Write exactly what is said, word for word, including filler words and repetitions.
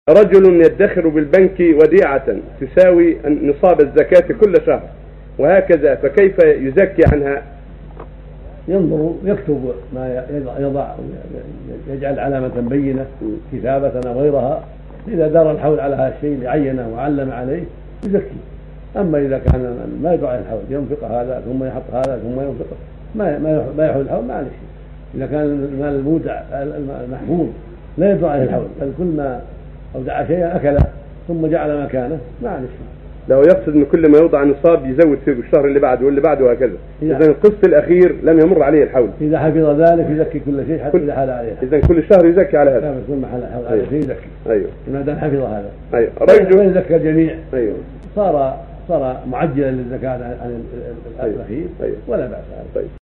رجل يدخر بالبنك وديعة تساوي نصاب الزكاة كل شهر وهكذا، فكيف يزكي عنها؟ ينظر يكتب ما يضع، يجعل علامة بينة كتابة أو غيرها، إذا دار الحول على هذا الشيء لعينه وعلم عليه يزكي. أما إذا كان ما يدعى الحول ينفق هذا ثم يحط هذا ثم ينفق ما ما يحول الحول ما عليه شيء. إذا كان المال المودع المحفوظ لا يدعى عليه الحول، بل كل ما أودع شيئا أكله ثم جعل مكانه ما عليه شيء. لو يقصد ان كل ما يوضع نصاب يزود في الشهر اللي بعده واللي بعده وهكذا، اذا القسط الاخير لم يمر عليه الحول، اذا حفظ ذلك يزكي كل شيء حتى اذا حال عليه. اذا كل شهر يزكي على هذا، كل ما حال عليه شيء يزكي. ايوه ما دام حفظ هذا. ايوه رجل وين زكى الجميع. ايوه صار صار معجلا للزكاه عن الاخير. أيوه. ولا باس. طيب.